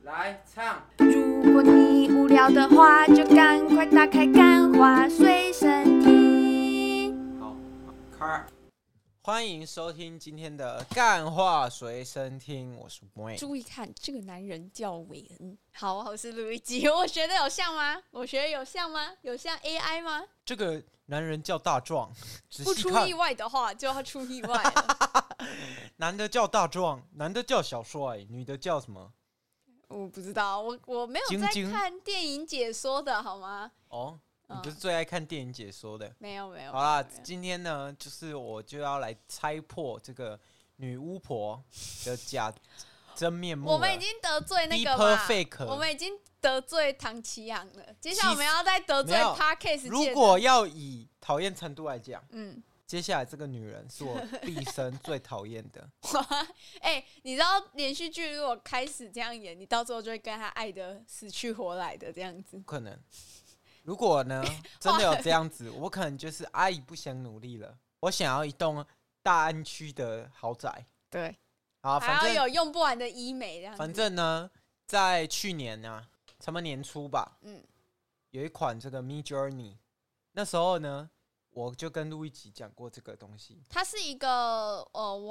来唱。 如果你无聊的话，就赶快打开《干话随身听》。 好，开。欢迎收听今天的干话随身听，我是 Boy。 注意看，这个男人叫韦恩。好，我是路易吉。我学的有像吗？我学的有像吗？有像 AI 吗？ 这个男人叫大壮， 不出意外的话，就要出意外了。 男的叫大壮，男的叫小帅，女的叫什么？ 我不知道，我没有在看电影解说的好吗？ 哦，你不是最爱看电影解说的？ 没有。 好啦，今天呢，我就要来拆破这个女巫婆的真面目了。 我们已经得罪那个嘛，我们已经得罪唐奇阳了。接下来我们要再得罪 Podcast 界的。 如果要以讨厌程度来讲，接下来这个女人是我毕生最讨厌的。 你知道连续剧如果开始这样演，你到最后就会跟他爱的死去活来的这样子。 不可能。如果呢真的有这样子，我可能就是阿姨不想努力了，我想要一栋大安区的豪宅。 对， 好， 还要有用不完的医美这样子。 反正呢，在去年啊，差不多年初吧，有一款这个 Midjourney， 那时候呢，我就跟路易吉讲过这个东西。 它是一个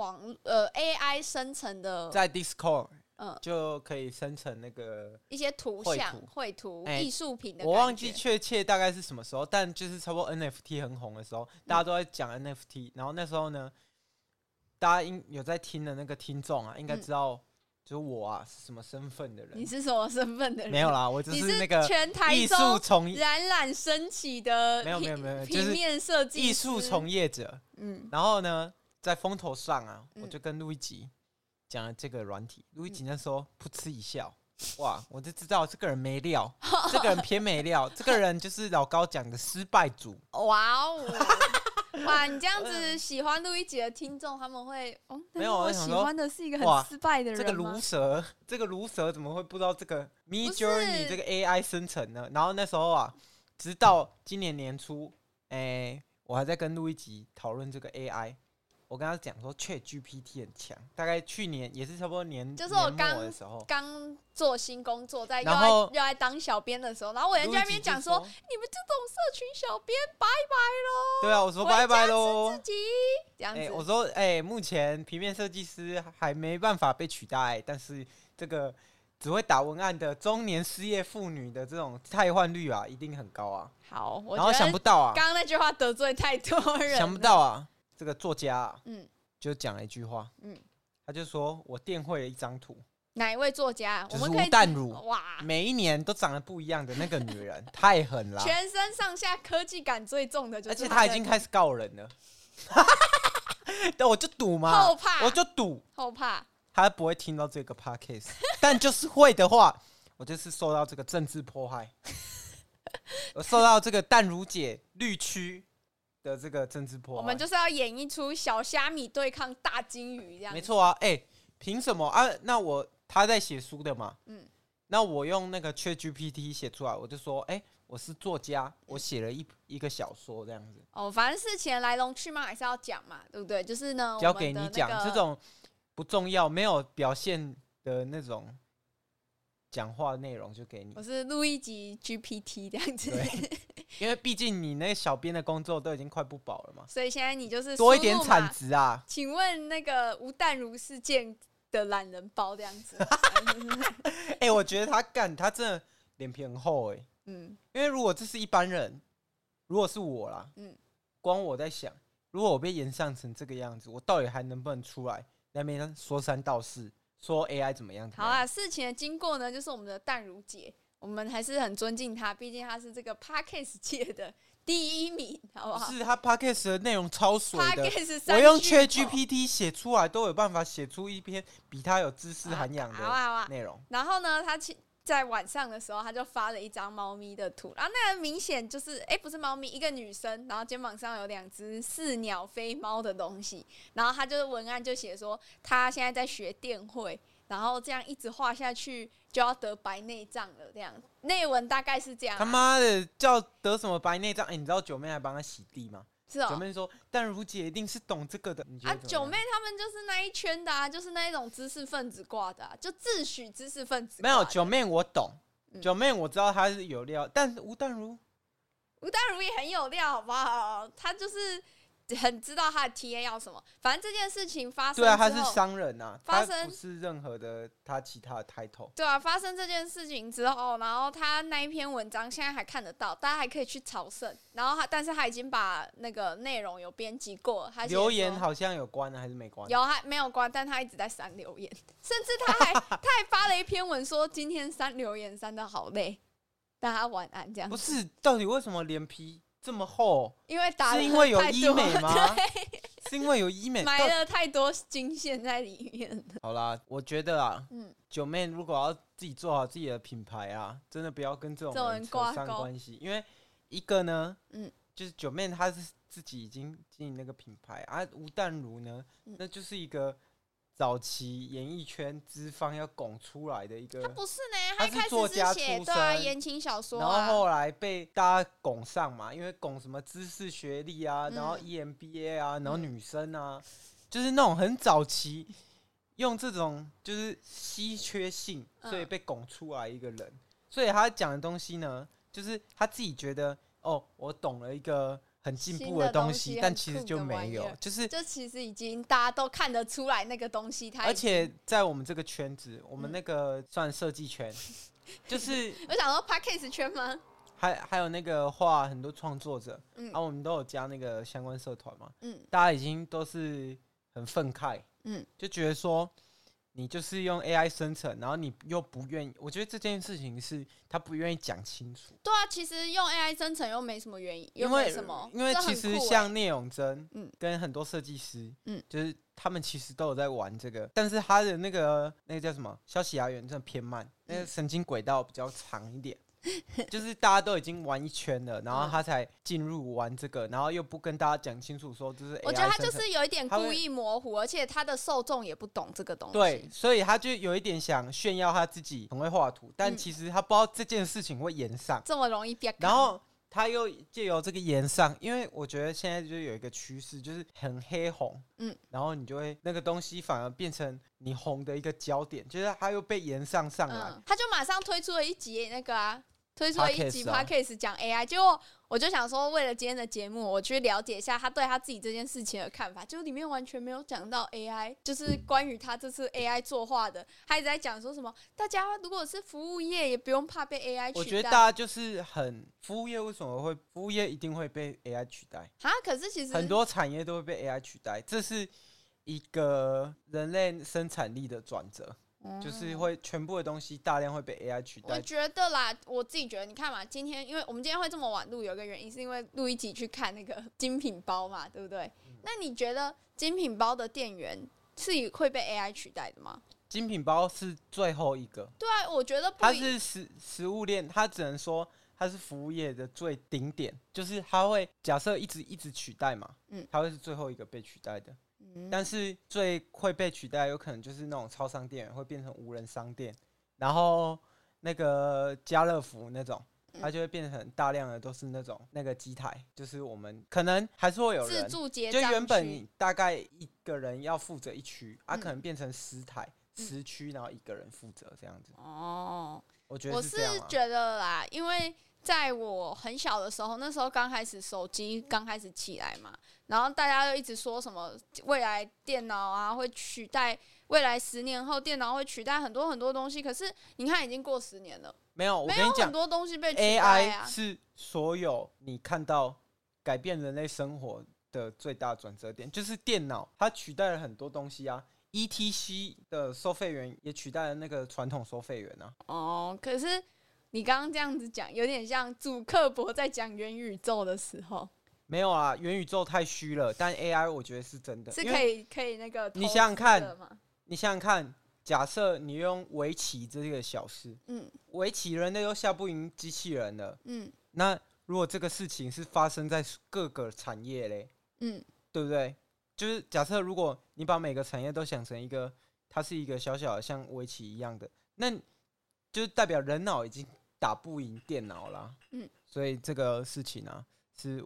AI 生成的， 在 Discord 就可以生成那个一些图像、绘图、艺术品的感觉。 我忘记确切大概是什么时候，但就是差不多 NFT 很红的时候，大家都在讲 NFT。然后那时候呢，大家有在听的那个听众啊，应该知道，就是我啊是什么身份的人。 你是什么身份的人？ 没有啦，我就是那个全台艺术从冉冉升起的没有， 平面设计艺术从业者。然后呢，在风头上啊，我就跟路易吉讲了这个软体，路易吉那时候噗嗤一笑，哇，我就知道这个人没料，这个人偏没料，这个人就是老高讲的失败组。 哇哦！哇，你这样子喜欢路易吉的听众，他们会没有， 我喜欢的是一个很失败的人吗？ 这个卢蛇怎么会不知道这个 Midjourney 这个 AI 生成呢？然后那时候啊，直到今年年初，我还在跟路易吉讨论这个 AI。我跟他讲说 ，ChatGPT 很强，大概去年也是差不多就是我刚做新工作，又来当小编的时候，然后我人在那边讲说，你们这种社群小编拜拜喽。 对啊，我说拜拜喽。 自己这样子。 我说目前平面设计师还没办法被取代，但是这个只会打文案的中年失业妇女的这种汰换率啊，一定很高啊。 好， 然后想不到啊， 刚刚那句话得罪太多人了。 想不到啊。这个作家啊，就讲了一句话，他就说我电绘了一张图。 哪一位作家？ 就是吴淡如。哇，每一年都长得不一样的那个女人，太狠了。 全身上下科技感最重的就是， 而且她已经开始告人了。但我就赌嘛， 后怕， 我就赌后怕他不会听到这个 podcast， 但就是会的话，我就是受到这个政治迫害，我受到这个淡如姐绿区的这个政治迫害。 我们就是要演一出小虾米对抗大金鱼这样。 没错啊，凭什么啊？那他在写书的嘛，那我用那个 ChatGPT 写出来，我就说，我是作家，我写了一个小说这样子。 反正事情的来龙去脉还是要讲嘛，对不对？就是呢， 交给你讲，这种不重要、没有表现的那种讲话内容就给你。 我是录一集 GPT 这样子。 对，因为毕竟你那个小编的工作都已经快不保了嘛， 所以现在你就是多一点产值啊。 请问那个吴淡如事件的懒人包这样子。 我觉得他真的脸皮很厚因为如果这是一般人，如果是我啦，光我在想，如果我被延上成这个样子，我到底还能不能出来那边说三道四，说 AI 怎么样？ 好啊，事情的经过呢，就是我们的淡如姐，我们还是很尊敬她，毕竟她是这个 Podcast 界的第一名，好不好？ 是他 Podcast 的内容超水的， 我用 ChatGPT 写出来都有办法写出一篇比他有知识涵养的内容。 然后呢，他在晚上的时候，他就发了一张猫咪的图，然后那个明显就是，不是猫咪，一个女生，然后肩膀上有2只似鸟非猫的东西，然后他就是文案就写说，他现在在学电绘，然后这样一直画下去就要得白内障了，这样内文大概是这样。 他妈的叫得什么白内障？你知道九妹还帮他洗地吗？ 是哦。 九妹说，但如姐一定是懂这个的。 啊，九妹他们就是那一圈的啊，就是那一种知识分子挂的啊，就自诩知识分子。 没有九妹我懂，九妹我知道她是有料，但是吴淡如也很有料，好不好？她就是很知道他的 TA 要什么。反正这件事情发生之后， 对啊，他是商人啊，他发生不是任何的他其他的 title。 对啊，发生这件事情之后，然后他那一篇文章现在还看得到，大家还可以去朝圣。然后但是他已经把那个内容有编辑过，他留言好像有关的还是没关？ 有，还没有关，但他一直在删留言，甚至他还发了一篇文说今天删留言删得好累，大家晚安这样。 不是，到底为什么脸皮这么厚？ 因为是因为有医美吗？是因为有医美， 埋了太多金线在里面。 好啦，我觉得啊，九妹如果要自己做好自己的品牌啊，真的不要跟这种人扯上关系，因为一个呢，就是九妹她是自己已经经营那个品牌啊，吴淡如呢，那就是一个早期演艺圈资方要拱出来的一个， 他不是呢，他一开始作家是写对啊言情小说然后后来被大家拱上嘛，因为拱什么知识学历啊，然后 EMBA 啊，然后女生啊，就是那种很早期用这种就是稀缺性，所以被拱出来一个人。所以他讲的东西呢，就是他自己觉得哦，我懂了一个很进步的东西，但其实就没有，就其实已经大家都看得出来那个东西它。 而且在我们这个圈子，我们那个算设计圈，就是我想说 Podcast 圈吗？ 还有那个画很多创作者，我们都有加那个相关社团嘛，大家已经都是很愤慨，就觉得说你就是用 AI 生成，然后你又不愿意，我觉得这件事情是他不愿意讲清楚。 对啊，其实用 AI 生成又没什么原因， 因为其实像聂永真，跟很多设计师，就是他们其实都有在玩这个，但是他的那个叫什么消息来源真的偏慢，那个神经轨道比较长一点。就是大家都已经玩一圈了，然后他才进入玩这个，然后又不跟大家讲清楚说这是 AI 我觉得他就是有一点故意模糊，而且他的受众也不懂这个东西。 对，所以他就有一点想炫耀他自己很会画图，但其实他不知道这件事情会延上， 这么容易变。 然后他又借由这个延上，因为我觉得现在就有一个趋势，就是很黑红，然后你就会那个东西反而变成你红的一个焦点，就是他又被延上来， 他就马上推出了一集那个啊。推出了一集 Podcast 讲 AI， 结果我就想说，为了今天的节目，我去了解一下他对他自己这件事情的看法，就里面完全没有讲到 AI， 就是关于他这次 AI 作画的，他一直在讲说什么，大家如果是服务业也不用怕被 AI 取代。 我觉得大家就是服务业为什么会服务业一定会被 AI 取代啊？可是其实很多产业都会被 AI 取代，这是一个人类生产力的转折。就是会全部的东西大量会被 AI 取代。 我觉得啦，我自己觉得，你看嘛，今天因为我们今天会这么晚录，有一个原因是因为录一集去看那个精品包嘛，对不对？那你觉得精品包的店员是会被 AI 取代的吗？ 精品包是最后一个。 对啊，我觉得它是食物链，它只能说它是服务业的最顶点，就是它会假设一直取代嘛，它会是最后一个被取代的。但是最会被取代有可能就是那种超商店会变成无人商店，然后那个家乐福那种，它就会变成大量的都是那个机台，就是我们可能还是会有人自助结账区， 就原本你大概一个人要负责一区，可能变成10台10区，然后一个人负责这样子。 哦， 我觉得是这样啊。 我是觉得啦，因为在我很小的时候，那时候刚开始手机刚开始起来嘛，然后大家就一直说什么未来电脑啊会取代，未来10年后电脑会取代很多很多东西。可是你看，已经过10年了， 没有，我跟你讲， 很多东西被取代啊。 AI 是所有你看到改变人类生活的最大转折点，就是电脑它取代了很多东西啊。ETC 的收费员也取代了那个传统收费员啊。 哦，可是你刚刚这样子讲，有点像祖克伯在讲元宇宙的时候。 没有啊，元宇宙太虚了，但 AI 我觉得是真的， 是可以那个。 你想想看，假设你用围棋这个小事，围棋人类都下不赢机器人了，那如果这个事情是发生在各个产业嘞，对不对？就是假设如果你把每个产业都想成它是一个小小的像围棋一样的，那就是代表人脑已经打不赢电脑啦。所以这个事情啊，是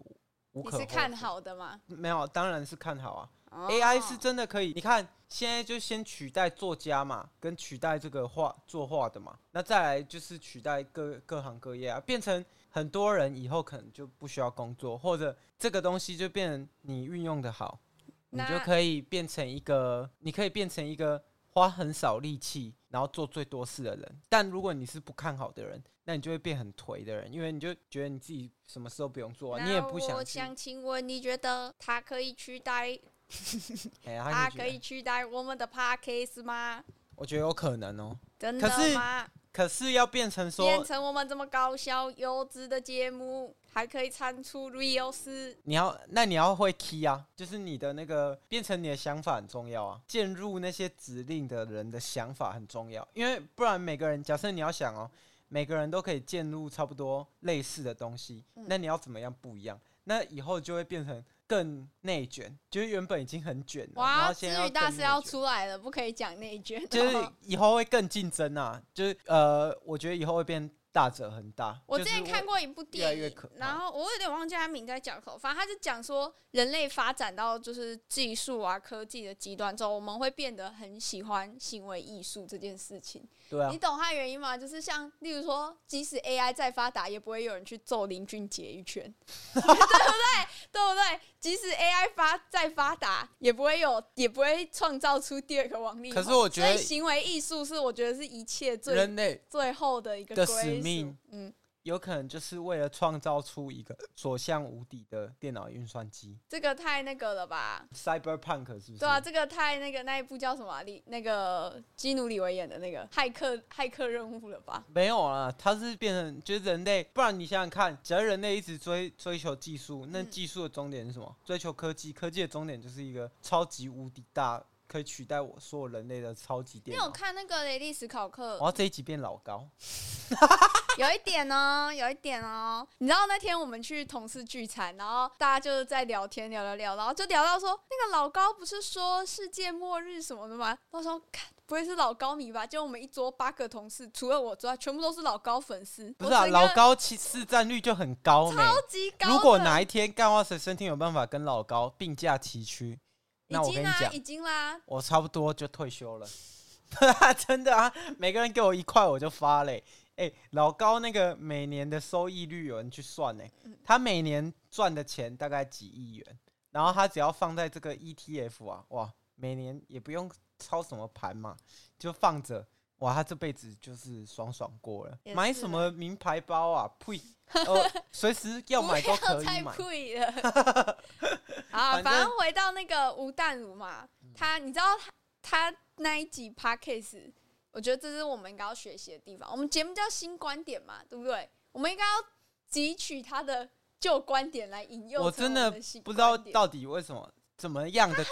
无可厚非。 你是看好的吗？ 没有，当然是看好啊。AI 是真的可以，你看现在就先取代作家嘛，跟取代这个作画的嘛，那再来就是取代各行各业啊，变成很多人以后可能就不需要工作，或者这个东西就变成你运用的好，你就可以变成一个，花很少力气然后做最多事的人。但如果你是不看好的人，那你就会变很颓的人，因为你就觉得你自己什么事都不用做，你也不想。 我想请问，你觉得它可以取代？ 它可以取代我们的 podcast 吗？ 我觉得有可能哦。 真的吗？ 可是要变成我们这么高效优质的节目，还可以产出 reels。 你要会 key 啊，就是你的那个变成你的想法很重要啊，键入那些指令的人的想法很重要，因为不然每个人，假设你要想哦，每个人都可以键入差不多类似的东西，那你要怎么样不一样？那以后就会变成更内卷，就是原本已经很卷了，然后现在资语大师要出来了，不可以讲内卷， 就是以后会更竞争啊，就是我觉得以后会变大者恒大。 我之前看过一部电影， 越来越可怕， 然后我有点忘记他名在讲什么，反正他就讲说人类发展到就是技术啊科技的极端之后，我们会变得很喜欢行为艺术这件事情。 对啊， 你懂它的原因吗？就是像例如说，即使 AI 再发达，也不会有人去揍林俊杰一拳，对不对？对不对？即使 AI 再发达，也不会创造出第二个王力宏。 可是我觉得， 所以行为艺术我觉得是一切人类最后的一个的使命。 嗯。 有可能就是为了创造出一个所向无敌的电脑运算机， 这个太那个了吧 ？Cyberpunk 是不是？ 对啊，这个太那个那一部叫什么、啊？那个基努里维演的那个骇客任务了吧？ 没有啊，它是变成就是人类，不然你想想看，假如人类一直追求技术，那技术的终点是什么？追求科技，科技的终点就是一个超级无敌大。可以取代我所有人类的超级电脑。 你有看那个雷利史考克？ 我要这一集变老高。 有一点哦。你知道那天我们去同事聚餐，然后大家就是在聊天，聊，然后就聊到说，那个老高不是说世界末日什么的吗？我说，不会是老高迷吧？就我们一桌8个同事，除了我之外，全部都是老高粉丝。 不是啊，老高市占率就很高， 超级高。 如果哪一天干话随身听有办法跟老高并驾齐驱，那我跟你讲， 已经啦， 我差不多就退休了。真的啊，每个人给我1块我就发嘞。老高那个每年的收益率有人去算呢，他每年赚的钱大概几亿元，然后他只要放在这个 ETF 啊，哇，每年也不用操什么盘嘛，就放着，哇，他这辈子就是爽过了。买什么名牌包啊？呸！随时要买都可以买。 不要再呸了。反正回到那个吴淡如嘛，你知道他那一集 Podcast， 我觉得这是我们应该要学习的地方。我们节目叫新观点嘛，对不对？我们应该要汲取他的旧观点来引用。 我真的不知道到底为什么怎么样的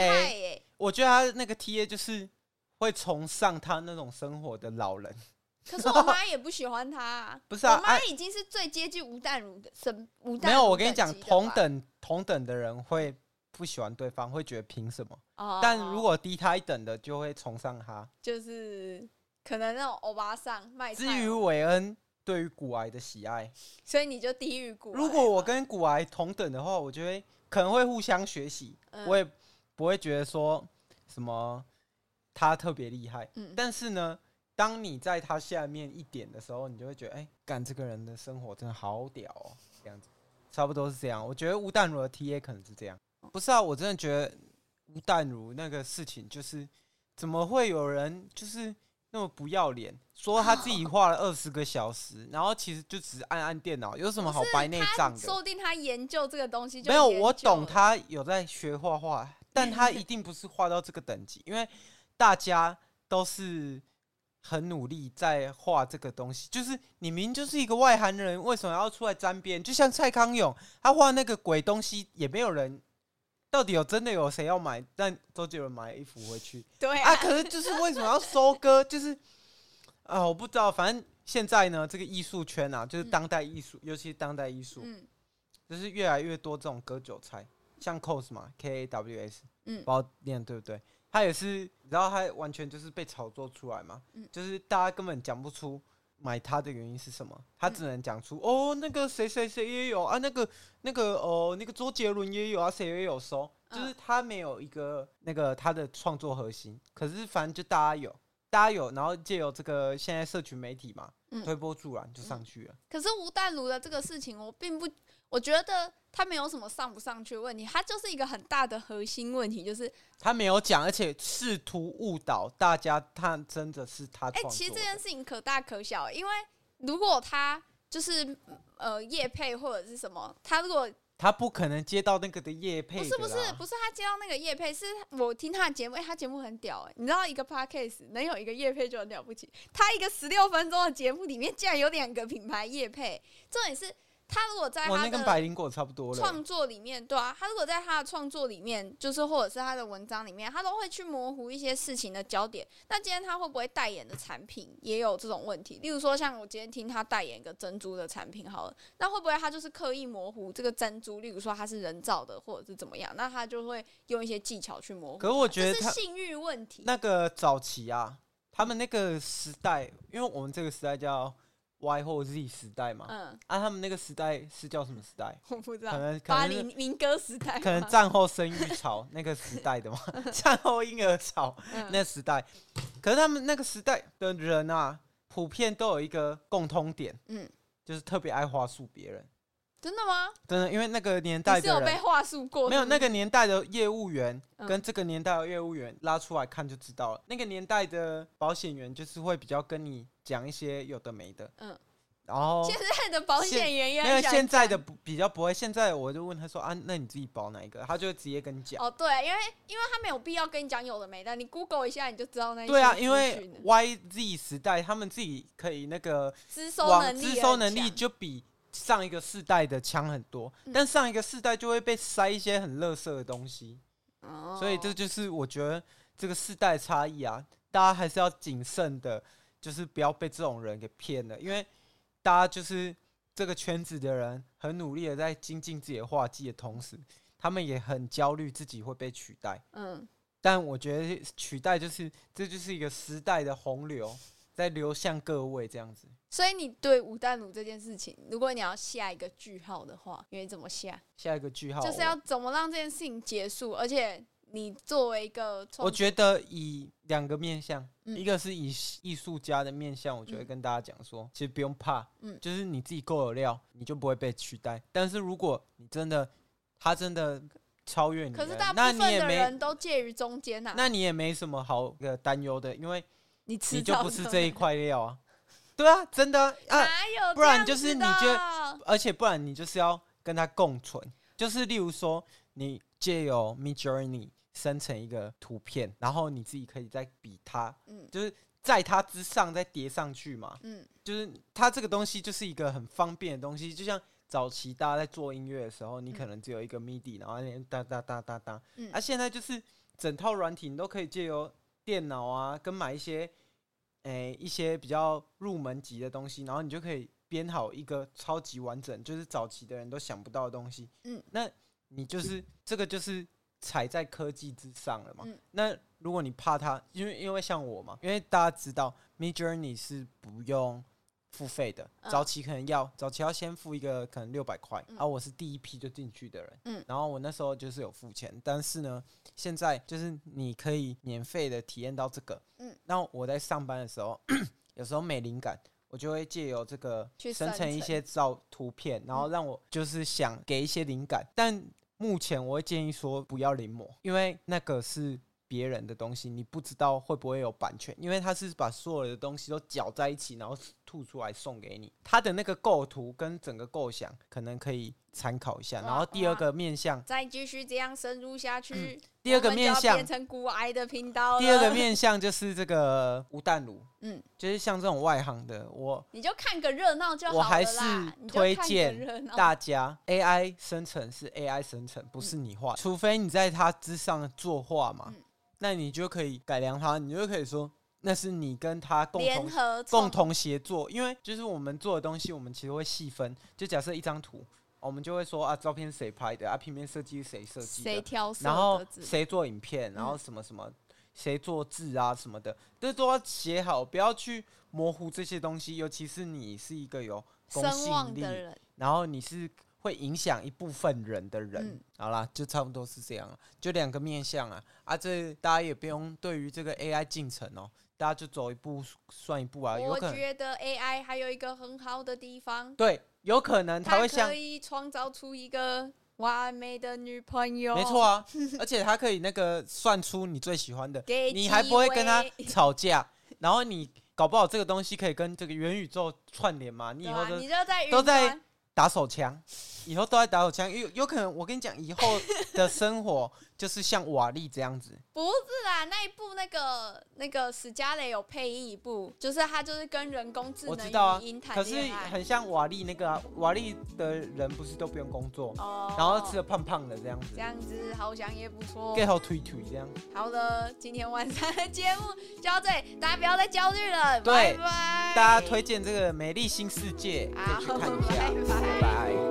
TA， 我觉得他那个 TA 就是会崇尚他那种生活的老人。 可是我妈也不喜欢他啊。 不是啊， 我妈已经是最接近吴淡如的没有，我跟你讲，同等的人会不喜欢对方，会觉得凭什么？但如果低他一等的，就会崇尚他， 就是可能那种欧巴桑卖菜。 至于韦恩对于股癌的喜爱， 所以你就低于股癌。 如果我跟股癌同等的话，我觉得可能会互相学习，我也不会觉得说什么他特别厉害。但是呢，当你在他下面一点的时候，你就会觉得，干这个人的生活真的好屌哦，这样子，差不多是这样。我觉得吴淡如的 TA 可能是这样。不是啊，我真的觉得吴淡如那个事情，就是怎么会有人就是那么不要脸，说他自己画了20个小时，然后其实就只是按电脑，有什么好白内障的？ 说不定他研究这个东西就没有，我懂他有在学画画，但他一定不是画到这个等级，因为大家都是很努力在画这个东西。就是你明明就是一个外行人，为什么要出来沾边？就像蔡康永，他画那个鬼东西，也没有人。到底真的有谁要买？但周杰伦买了1幅回去， 对啊， 可是就是为什么要收割？就是我不知道。反正现在呢，这个艺术圈啊，就是当代艺术，尤其是当代艺术，就是越来越多这种割韭菜，像 KAWS 嘛 ，KAWS， 不知道念对不对？他也是，你知道他完全就是被炒作出来嘛，就是大家根本讲不出买它的原因是什么？他只能讲出那个谁谁谁也有啊，那个周杰伦也有啊，谁也有收，就是他没有一个那个他的创作核心。可是反正就大家有，然后借由这个现在社群媒体嘛，推波助澜就上去了。 可是吴淡如的这个事情，我觉得他没有什么上不上去的问题，他就是一个很大的核心问题，就是他没有讲，而且试图误导大家，他真的是他创作的。 其实这件事情可大可小，因为如果他就是业配或者是什么， 他不可能接到那个的业配的啦。 不是他接到那个业配，是我听他的节目，他节目很屌你知道一个 podcast 能有一个业配就很了不起，他一个16分钟的节目里面竟然有2个品牌业配，重点是他如果在他的跟百灵果差不多了创作里面，对啊，他如果在他的创作里面，就是或者是他的文章里面，他都会去模糊一些事情的焦点。那今天他会不会代言的产品也有这种问题？例如说，像我今天听他代言一个珍珠的产品好了，那会不会他就是刻意模糊这个珍珠？例如说它是人造的，或者是怎么样？那他就会用一些技巧去模糊。 可是我觉得这是信誉问题。 那个早期啊，他们那个时代，因为我们这个时代叫Y 或 Z 时代嘛，他们那个时代是叫什么时代？ 我不知道， 可能 80民歌时代， 可能战后生育潮那个时代的嘛，战后婴儿潮那时代。可是他们那个时代的人啊，普遍都有一个共通点，就是特别爱话术别人。 真的吗？ 真的，因为那个年代的人你是有被话术过？ 没有，那个年代的业务员跟这个年代的业务员拉出来看就知道了。那个年代的保险员就是会比较跟你讲一些有的没的，然后现在的保险员也因为现在的比较不会。现在我就问他说那你自己保哪一个？他就会直接跟你讲。 对，因为他没有必要跟你讲有的没的，你 Google 一下你就知道那些。 对啊，因为 YZ 时代他们自己可以那个资收能力就比上一个世代的强很多，但上一个世代就会被塞一些很垃圾的东西，所以这就是我觉得这个世代差异啊，大家还是要谨慎的，就是不要被这种人给骗了，因为大家就是这个圈子的人很努力的在精进自己的画技的同时，他们也很焦虑自己会被取代，但我觉得取代这就是一个时代的洪流在流向各位这样子。 所以你对吴淡如这件事情，如果你要下一个句号的话，你会怎么下？ 下一个句号就是要怎么让这件事情结束，而且你作为一个， 我觉得以2个面向，一个是以艺术家的面向，我觉得跟大家讲说，其实不用怕，就是你自己够有料，你就不会被取代。但是如果你他真的超越你了， 可是大部分的人都介于中间啊， 那你也没什么好担忧的，因为你就不是这一块料啊。对啊，真的哪有？ 不然就是你觉得，而且不然你就是要跟他共存，就是例如说你借由 Midjourney 生成一个图片，然后你自己可以再比它，就是在它之上再叠上去嘛，就是它这个东西就是一个很方便的东西，就像早期大家在做音乐的时候，你可能只有一个 MIDI， 然后那哒哒哒哒哒，现在就是整套软体你都可以借由电脑啊，跟买一些比较入门级的东西，然后你就可以编好一个超级完整，就是早期的人都想不到的东西。那你就是这个就是踩在科技之上了嘛。那如果你怕它，因为像我嘛，因为大家知道 Midjourney 是不用付费的，早期要先付一个可能600块，我是第一批就进去的人，然后我那时候就是有付钱，但是呢，现在就是你可以免费的体验到这个，那我在上班的时候，有时候没灵感，我就会借由这个生成一些图片，然后让我就是想给一些灵感，但目前我会建议说不要临摹，因为那个是别人的东西，你不知道会不会有版权，因为他是把所有的东西都搅在一起，然后吐出来送给你。他的那个构图跟整个构想可能可以参考一下。然后第2个面向， 再继续这样深入下去， 第2个面向变成骨癌的频道了。 第2个面向就是这个吴淡如，就是像这种外行的， 你就看个热闹就好了啦。 我还是推荐大家 AI 生成是 AI 生成，不是你画，除非你在它之上作画嘛。那你就可以改良它，你就可以说那是你跟他共同协作，因为就是我们做的东西，我们其实会细分。就假设一张图，我们就会说照片是谁拍的，平面设计是谁设计的， 谁挑色的， 然后谁做影片，然后什么什么， 谁做字啊什么的，这都要写好，不要去模糊这些东西。尤其是你是一个有公信力的人，然后你是会影响一部分人的人。好啦，就差不多是这样了，就2个面向啊。这大家也不用对于这个 AI 进程大家就走一步算一步啊。 我觉得 AI 还有一个很好的地方， 对，有可能它会可以创造出一个完美的女朋友。 没错啊，而且它可以那个算出你最喜欢的，你还不会跟他吵架，然后你搞不好这个东西可以跟这个元宇宙串联嘛？你以后都在打手枪，以后都在打手枪，有可能我跟你讲，以后的生活就是像瓦力这样子。 不是啦，那一部那个史嘉蕾有配一部，就是他就是跟人工智能语音谈恋爱， 可是很像瓦力那个瓦力的人不是都不用工作，然后吃得胖胖的这样子。 这样子好像也不错。 给好推这样。 好的，今天晚上的节目就到这里，大家不要再焦虑了。 对， 拜拜。 大家推荐这个《美丽新世界》可以去看一下。拜拜。